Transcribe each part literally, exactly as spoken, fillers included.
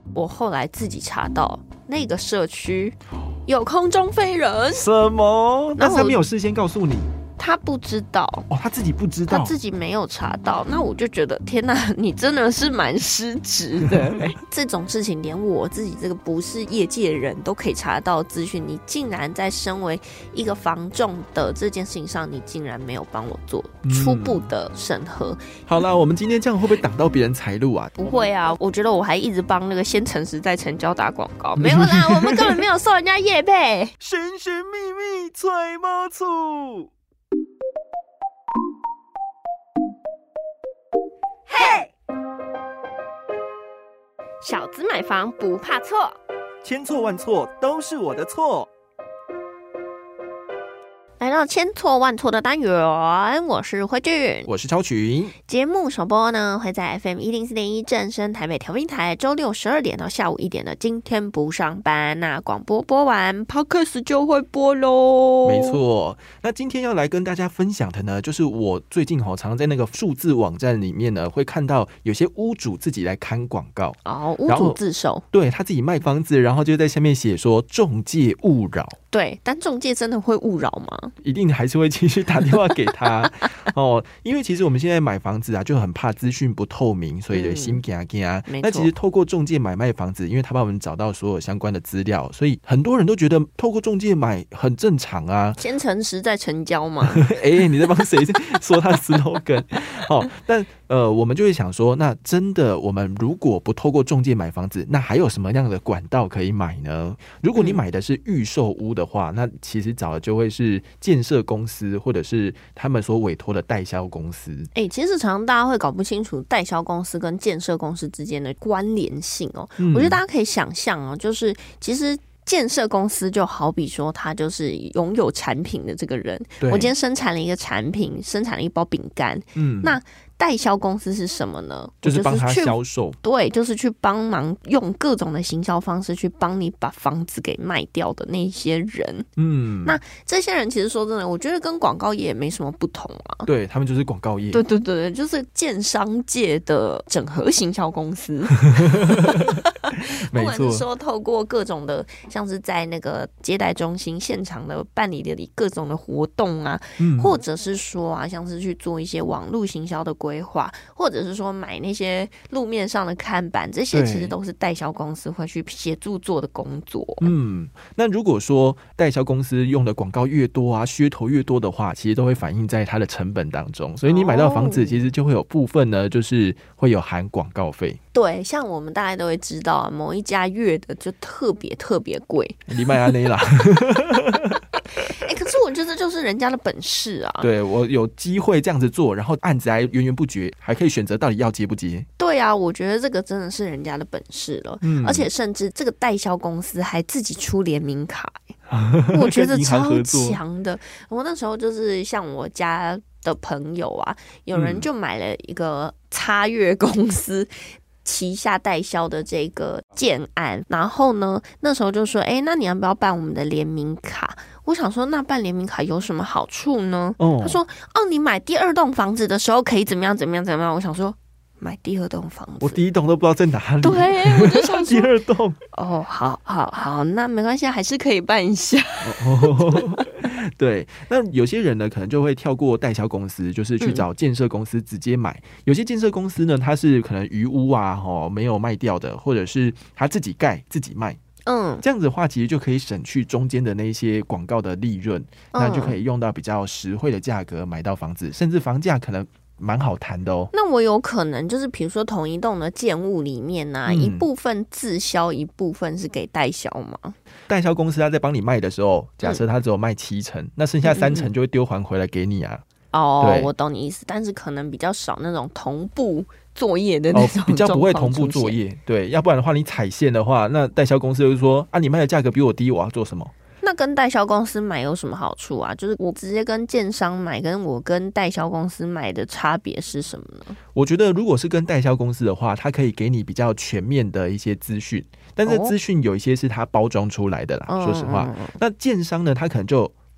我后来自己查到那个社区有空中飞人。 什么？那他没有事先告诉你？ 他不知道哦，他自己不知道， 他自己没有查到。那我就觉得天哪，你真的是蛮失职的。这种事情连我自己这个不是业界人都可以查到资讯，你竟然在身为一个房仲的这件事情上，你竟然没有帮我做初步的审核。嗯、 好啦，我们今天这样会不会挡到别人财路啊？ 不会啊，我觉得我还一直帮那个先诚实再成交打广告。没有啦，我们根本没有收人家业配。 神神秘秘揣猫醋。 嘿，小资买房不怕错， 千错万错都是我的错。 来到千错万错的单元，我是慧俊， 我是超群。 节目首播呢会在 F M 一零四点一正声台北调频台，周六十二点到下午一点的今天不上班。那广播播完 Podcast 就会播咯。 没错，那今天要来跟大家分享的呢，就是我最近常常在那个数字网站里面呢，会看到有些屋主自己来看广告。 哦，屋主自首， 对，他自己卖房子，然后就在下面写说仲介勿扰。 对，但仲介真的会勿扰吗？ 一定还是会继续打电话给他哦，因为其实我们现在买房子啊，就很怕资讯不透明，所以就心惊惊啊。那其实透过仲介买卖房子，因为他帮我们找到所有相关的资料，所以很多人都觉得透过仲介买很正常啊。 先诚实再成交嘛。 哎、欸，你在帮谁说他的 slogan？ 哦，但呃，我们就会想说，那真的我们如果不透过仲介买房子，那还有什么样的管道可以买呢？如果你买的是预售屋的话，嗯、那其实找的就会是建设公司或者是他们所委托的代销公司。 哎、欸，其实常常大家会搞不清楚代销公司跟建设公司之间的关联性哦、嗯。我觉得大家可以想象哦，就是其实建设公司就好比说他就是拥有产品的这个人，我今天生产了一个产品，生产了一包饼干，嗯，那代销公司是什么呢？ 就是帮他销售， 对，就是去帮忙用各种的行销方式去帮你把房子给卖掉的那些人。嗯，那这些人其实说真的，我觉得跟广告业也没什么不同啊。 对，他们就是广告业。 对对对，就是建商界的整合行销公司。不管是说透过各种的，像是在那个接待中心现场的办理的各种的活动啊、嗯，或者是说啊，像是去做一些网络行销的规划，或者是说买那些路面上的看板，这些其实都是代销公司会去协助做的工作。 嗯，那如果说代销公司用的广告越多啊，噱头越多的话，其实都会反映在它的成本当中，所以你买到房子，其实就会有部分呢，就是会有含广告费。 对，像我们大家都会知道啊，某一家月的就特别特别贵， 你买安内啦。 哎、欸，可是我觉得这就是人家的本事啊。 对，我有机会这样子做，然后案子还源源不绝，还可以选择到底要接不接。 对啊，我觉得这个真的是人家的本事了。嗯，而且甚至这个代销公司还自己出联名卡、欸，我觉得超强的。我那时候就是像我家的朋友啊，有人就买了一个插月公司。旗下代销的这个建案，然后呢，那时候就说，哎、欸，那你要不要办我们的联名卡？我想说，那办联名卡有什么好处呢？哦、他说，哦，你买第二栋房子的时候可以怎么样怎么样怎么样？我想说，买第二栋房子， 我第一栋都不知道在哪里。 对，我就想说第二栋。 哦，好好好，那没关系，还是可以办一下。 哦对，那有些人呢，可能就会跳过代销公司，就是去找建设公司直接买。嗯、有些建设公司呢，它是可能余屋啊，哦，没有卖掉的，或者是他自己盖自己卖。嗯，这样子的话，其实就可以省去中间的那一些广告的利润，嗯、那就可以用到比较实惠的价格买到房子，甚至房价可能蛮好谈的哦。 那我有可能就是比如说同一栋的建物里面啊、嗯、一部分自销，一部分是给代销吗？ 代销公司他在帮你卖的时候，假设他只有卖七成、嗯、那剩下三成就会丢还回来给你啊。 哦，我懂你意思，但是可能比较少那种同步作业的那种、哦、 比较不会同步作业。对，要不然的话你踩线的话，那代销公司就说啊，你卖的价格比我低，我要做什么？ 那跟代销公司买有什么好处啊？就是我直接跟建商买，跟我跟代销公司买的差别是什么呢？ 我觉得如果是跟代销公司的话，它可以给你比较全面的一些资讯，但是资讯有一些是它包装出来的啦、哦、说实话、嗯嗯嗯、那建商呢，它可能就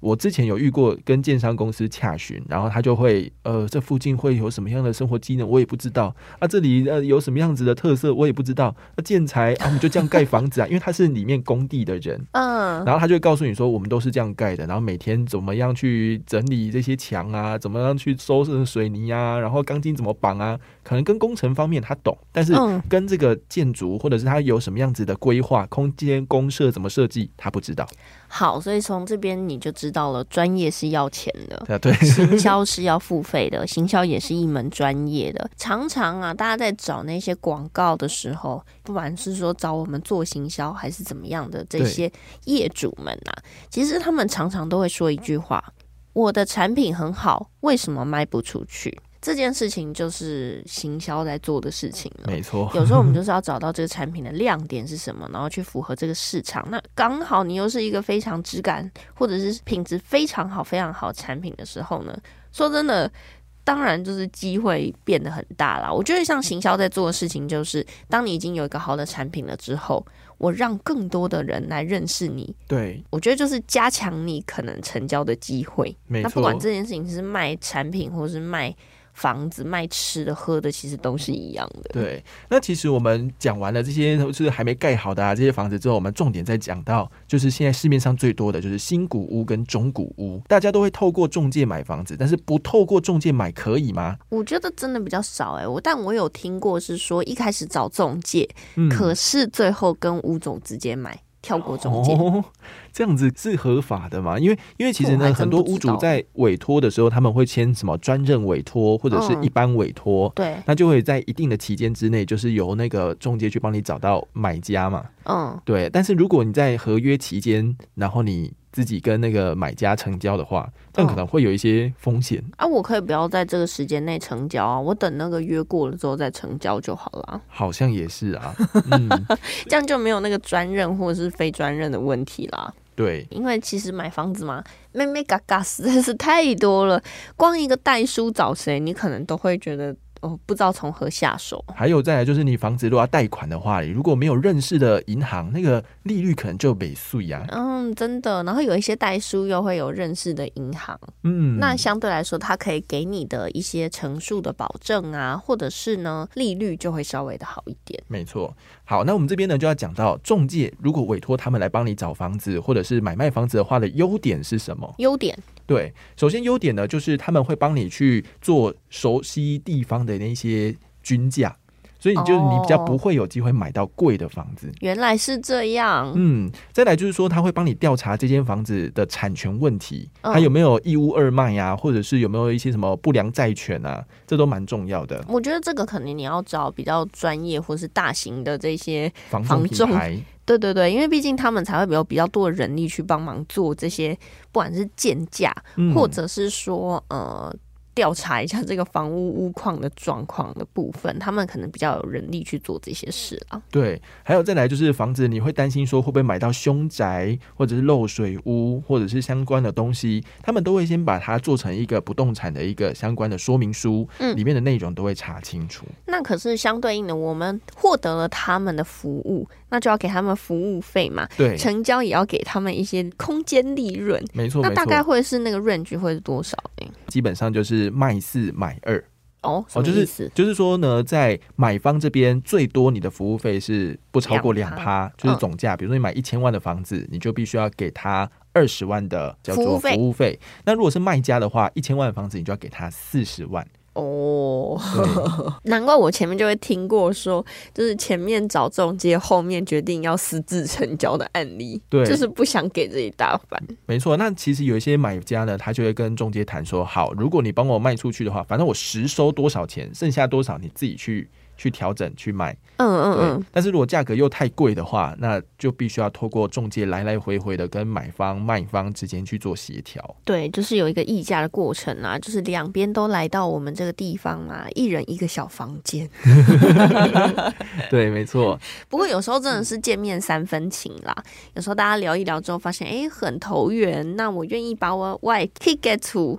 我之前有遇过跟建商公司洽询，然后他就会呃，这附近会有什么样的生活机能我也不知道啊，这里呃有什么样子的特色我也不知道，那、啊、建材啊我们就这样盖房子啊，因为他是里面工地的人，嗯，然后他就会告诉你说我们都是这样盖的，然后每天怎么样去整理这些墙啊，怎么样去收拾水泥啊，然后钢筋怎么绑啊，可能跟工程方面他懂，但是跟这个建筑或者是他有什么样子的规划、空间、公设怎么设计，他不知道。 好，所以从这边你就知道了，专业是要钱的， 啊、对， 行销是要付费的，行销也是一门专业的。常常啊，大家在找那些广告的时候，不管是说找我们做行销还是怎么样的这些业主们啊，其实他们常常都会说一句话：我的产品很好，为什么卖不出去？这件事情就是行销在做的事情了， 没错。 有时候我们就是要找到这个产品的亮点是什么，然后去符合这个市场。那刚好你又是一个非常质感或者是品质非常好、非常好的产品的时候呢，说真的，当然就是机会变得很大啦。我觉得像行销在做的事情，就是当你已经有一个好的产品了之后，我让更多的人来认识你， 对， 我觉得就是加强你可能成交的机会。 没错。 那不管这件事情是卖产品或是卖房子、卖吃的喝的，其实都是一样的。 对，那其实我们讲完了这些就是还没盖好的啊这些房子之后，我们重点再讲到就是现在市面上最多的就是新古屋跟中古屋，大家都会透过仲介买房子，但是不透过仲介买可以吗？ 我觉得真的比较少哎、欸，我但我有听过是说一开始找仲介、嗯，可是最后跟屋主直接买。跳过中介、哦， 这样子是合法的吗？因为因为其实呢，很多屋主在委托的时候，他们会签什么专任委托或者是一般委托、嗯，对，那就会在一定的期间之内，就是由那个仲介去帮你找到买家嘛。嗯，对。但是如果你在合约期间，然后你自己跟那个买家成交的话，这样可能会有一些风险、嗯、 啊。我可以不要在这个时间内成交啊，我等那个约过了之后再成交就好了。 好像也是啊，嗯， 这样就没有那个专任或者是非专任的问题啦。 对， 因为其实买房子嘛，妹妹嘎嘎实在是太多了，光一个代书找谁，你可能都会觉得。哦，不知道从何下手。 还有再来就是你房子如果要贷款的话，如果没有认识的银行，那个利率可能就没税啊。 嗯，真的。然后有一些代书又会有认识的银行，嗯，那相对来说，它可以给你的一些成数的保证啊，或者是呢利率就会稍微的好一点。 没错。好，那我们这边呢就要讲到仲介，如果委托他们来帮你找房子或者是买卖房子的话的优点是什么？ 优点。 对，首先优点呢，就是他们会帮你去做熟悉地方的那些均价，所以你就你比较不会有机会买到贵的房子。 原来是这样。 嗯，再来就是说，他会帮你调查这间房子的产权问题，它有没有一屋二卖啊，或者是有没有一些什么不良债权啊，这都蛮重要的。 我觉得这个可能你要找比较专业或是大型的这些房仲品牌。 对对对，因为毕竟他们才会有比较多的人力去帮忙做这些，不管是建价、嗯，或者是说呃调查一下这个房屋屋况的状况的部分，他们可能比较有人力去做这些事啊。 对，还有再来就是房子，你会担心说会不会买到凶宅，或者是漏水屋，或者是相关的东西，他们都会先把它做成一个不动产的一个相关的说明书，嗯，里面的内容都会查清楚。 那可是相对应的，我们获得了他们的服务，那就要给他们服务费嘛。 对， 成交也要给他们一些空间利润。 没错， 那大概会是那个 range 会是多少呢？ 基本上就是卖四买二。 哦，什么意思？ 哦、就是就是说呢，在买方这边最多你的服务费是不超过两趴，就是总价、嗯。比如说你买一千万的房子，你就必须要给他二十万的叫做服务费。那如果是卖家的话，一千万的房子你就要给他四十万。 哦，难怪我前面就会听过说，就是前面找中介，后面决定要私自成交的案例，对，就是不想给这一大番。 没错，那其实有一些买家呢，他就会跟中介谈说，好，如果你帮我卖出去的话，反正我实收多少钱，剩下多少你自己去去调整去卖。嗯嗯嗯。但是如果价格又太贵的话，那就必须要透过中介来来回回的跟买方卖方之间去做协调。 对，就是有一个议价的过程啊，就是两边都来到我们这个地方啊，一人一个小房间。 对，没错。 不过有时候真的是见面三分情啦，有时候大家聊一聊之后发现，哎，很投缘，那我愿意把我我也可以 get to。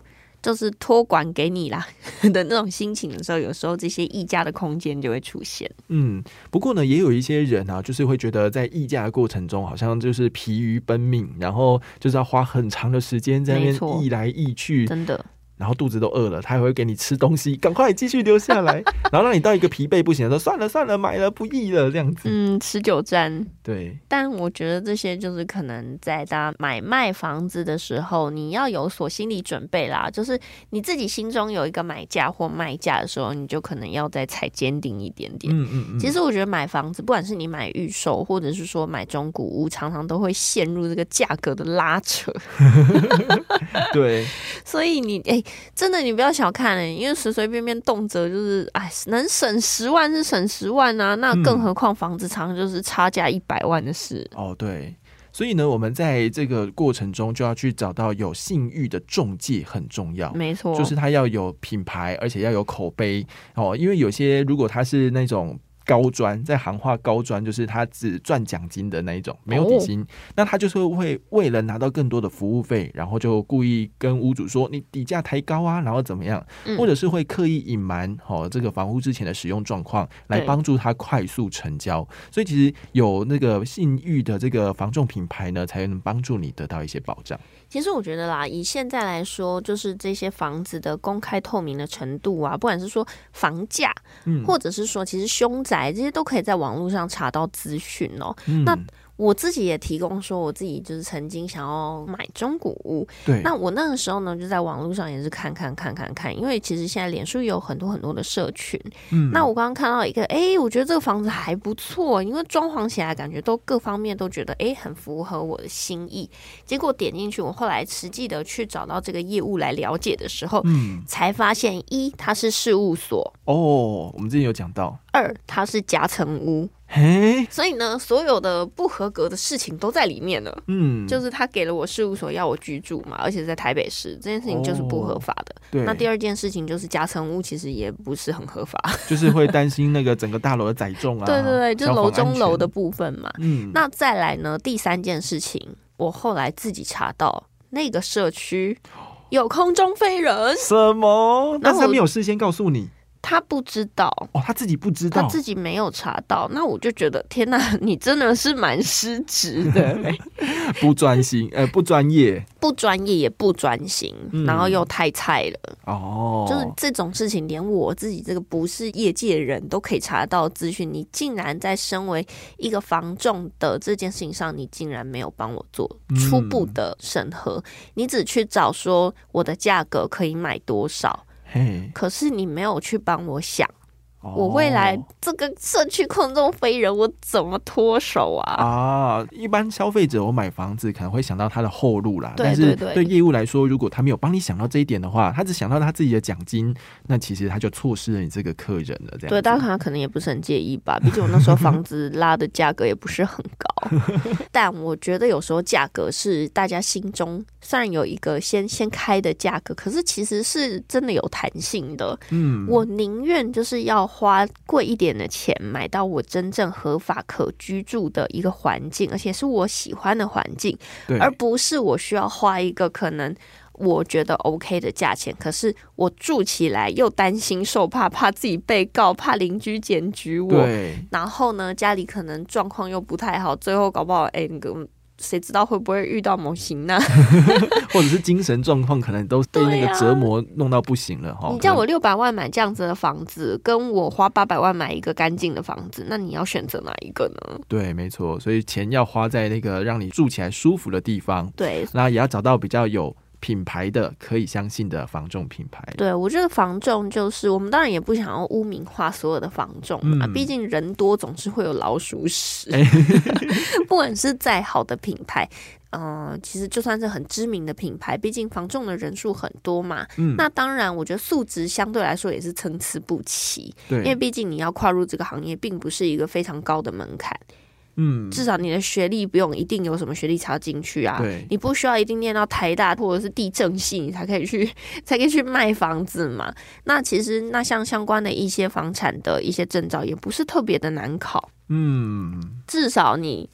就是托管给你啦的那种心情的时候，有时候这些议价的空间就会出现。 嗯，不过呢，也有一些人啊，就是会觉得在议价的过程中，好像就是疲于奔命，然后就是要花很长的时间在那边议来议去， 真的。 然后肚子都饿了，他还会给你吃东西，赶快继续留下来，然后让你到一个疲惫不行的时候，算了算了，买了不议了，这样子。 嗯，持久战。 对。 但我觉得这些就是可能在大家买卖房子的时候，你要有所心理准备啦。就是你自己心中有一个买价或卖价的时候，你就可能要再踩坚定一点点。嗯嗯嗯。其实我觉得买房子，不管是你买预售，或者是说买中古屋，常常都会陷入这个价格的拉扯。 对。 所以你哎。欸真的，你不要小看欸，因为随随便便动辄就是哎，能省十万是省十万啊，那更何况房子常常就是差价一百万的事。 嗯、哦，对，所以呢，我们在这个过程中就要去找到有信誉的仲介很重要， 没错， 就是他要有品牌，而且要有口碑哦，因为有些如果他是那种。高专在行话高专就是他只赚奖金的那一种，没有底薪、哦、那他就是会为了拿到更多的服务费，然后就故意跟屋主说你底价抬高啊，然后怎么样、嗯、或者是会刻意隐瞒、哦、这个房屋之前的使用状况来帮助他快速成交，所以其实有那个信誉的这个房仲品牌呢，才能帮助你得到一些保障。 其实我觉得啦，以现在来说，就是这些房子的公开透明的程度啊，不管是说房价、嗯、或者是说其实凶宅这些都可以在网络上查到资讯哦。嗯、那我自己也提供说，我自己就是曾经想要买中古屋， 对， 那我那个时候呢，就在网络上也是看看看看看，因为其实现在脸书有很多很多的社群，嗯，那我刚刚看到一个，哎、欸，我觉得这个房子还不错，因为装潢起来感觉都各方面都觉得，哎、欸，很符合我的心意。结果点进去，我后来实际的去找到这个业务来了解的时候，嗯，才发现一它是事务所哦，我们之前有讲到， 二它是夹层屋。所以呢，所有的不合格的事情都在里面了。嗯，就是他给了我事务所要我居住嘛，而且在台北市，这件事情就是不合法的。哦、对。那第二件事情就是夹层屋，其实也不是很合法， 就是会担心那个整个大楼的载重啊。 对对对，就是楼中楼的部分嘛。嗯。那再来呢，第三件事情，我后来自己查到那个社区有空中飞人。 什么？那他没有事先告诉你？ 他不知道哦，他自己不知道， 他自己没有查到。那我就觉得，天哪，你真的是蛮失职的、欸， 不专心，呃，不专业， 不专业也不专心、嗯，然后又太菜了。 哦， 就是这种事情，连我自己这个不是业界人都可以查到资讯，你竟然在身为一个房仲的这件事情上，你竟然没有帮我做初步的审核、嗯，你只去找说我的价格可以买多少。Hey. 可是你没有去帮我想、oh. 我未来这个社区空中飞人我怎么脱手啊？ 啊，一般消费者我买房子可能会想到他的后路啦， 对对对， 但是对业务来说，如果他没有帮你想到这一点的话，他只想到他自己的奖金，那其实他就错失了你这个客人了。这样对， 大家可能也不是很介意吧，毕竟我那时候房子拉的价格也不是很高，但我觉得有时候价格是大家心中虽然有一个先先开的价格，可是其实是真的有弹性的。嗯，我宁愿就是要花贵一点的钱买到我真正合法可居住的一个环境，而且是我喜欢的环境，而不是我需要花一个可能我觉得 OK 的价钱，可是我住起来又担心受怕，怕自己被告，怕邻居检举我，然后呢家里可能状况又不太好，最后搞不好哎、欸、那个谁知道会不会遇到某型呢？ 或者是精神状况可能都被那个折磨弄到不行了、啊、 你叫我六百万买这样子的房子，跟我花八百万买一个干净的房子，那你要选择哪一个呢？ 对，没错，所以钱要花在那个让你住起来舒服的地方。 对， 那也要找到比较有品牌的可以相信的房仲品牌。 对，我觉得房仲就是我们当然也不想要污名化所有的房仲嘛，毕、嗯、竟人多总是会有老鼠屎、欸、不管是再好的品牌呃，其实就算是很知名的品牌，毕竟房仲的人数很多嘛、嗯、那当然我觉得素质相对来说也是参差不齐。对，因为毕竟你要跨入这个行业并不是一个非常高的门槛，嗯，至少你的学历不用一定有什么学历才要进去啊。对，你不需要一定念到台大或者是地政系你才可以去才可以去卖房子嘛。那其实那像相关的一些房产的一些证照也不是特别的难考，嗯，至少你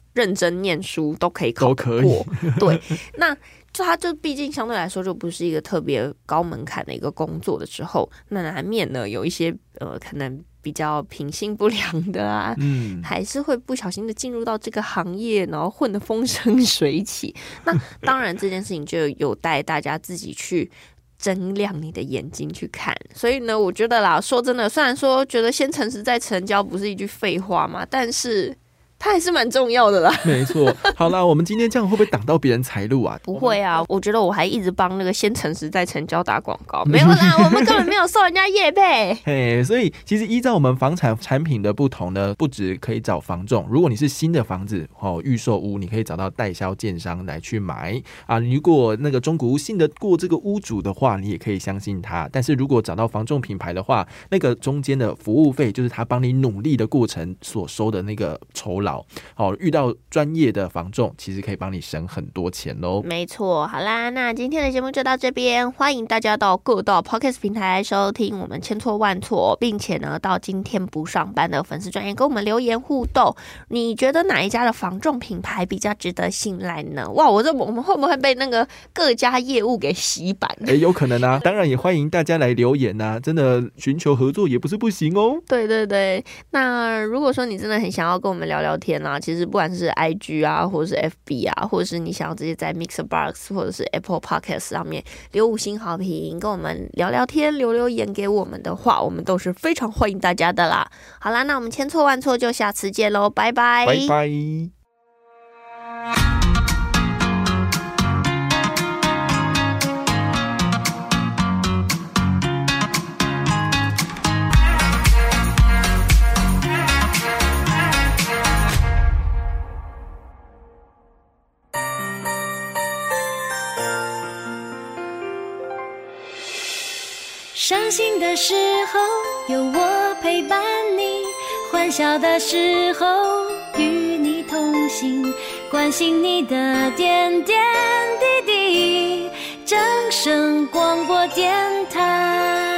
认真念书都可以考得过。对，那就它就毕竟相对来说就不是一个特别高门槛的一个工作的时候，那难免呢有一些呃可能比较品性不良的啊，嗯，还是会不小心的进入到这个行业，然后混得风生水起。那当然这件事情就有待大家自己去睁亮你的眼睛去看。所以呢，我觉得啦，说真的，虽然说觉得先诚实再成交不是一句废话嘛，但是它还是蛮重要的啦。 没错。好啦，我们今天这样会不会挡到别人财路啊？ 不会啊，我觉得我还一直帮那个先诚实再成交打广告。没有啦，我们根本没有收人家业配。 嘿，所以其实依照我们房产产品的不同呢，不只可以找房仲，如果你是新的房子哦，预售屋，你可以找到代销建商来去买啊。如果那个中古屋信得过这个屋主的话，你也可以相信他。但是如果找到房仲品牌的话，那个中间的服务费就是他帮你努力的过程所收的那个酬劳。哦，遇到专业的房仲，其实可以帮你省很多钱咯。 没错，好啦，那今天的节目就到这边，欢迎大家到各大 Podcast 平台收听我们千错万错，并且呢，到今天不上班的粉丝专页跟我们留言互动。你觉得哪一家的房仲品牌比较值得信赖呢？哇，我这我们会不会被那个各家业务给洗版？ 哎、欸，有可能啊，当然也欢迎大家来留言啊，真的寻求合作也不是不行哦。 对对对，那如果说你真的很想要跟我们聊聊天啊，其实不管是 I G 啊，或者是 F B 啊，或者是你想要直接在 Mixer Box 或者是 Apple Podcast 上面留五星好评，跟我们聊聊天，留留言给我们的话，我们都是非常欢迎大家的啦。好啦，那我们千错万错就下次见咯，拜拜， 拜拜。 伤心的时候有我陪伴你，欢笑的时候与你同行，关心你的点点滴滴。正声广播电台。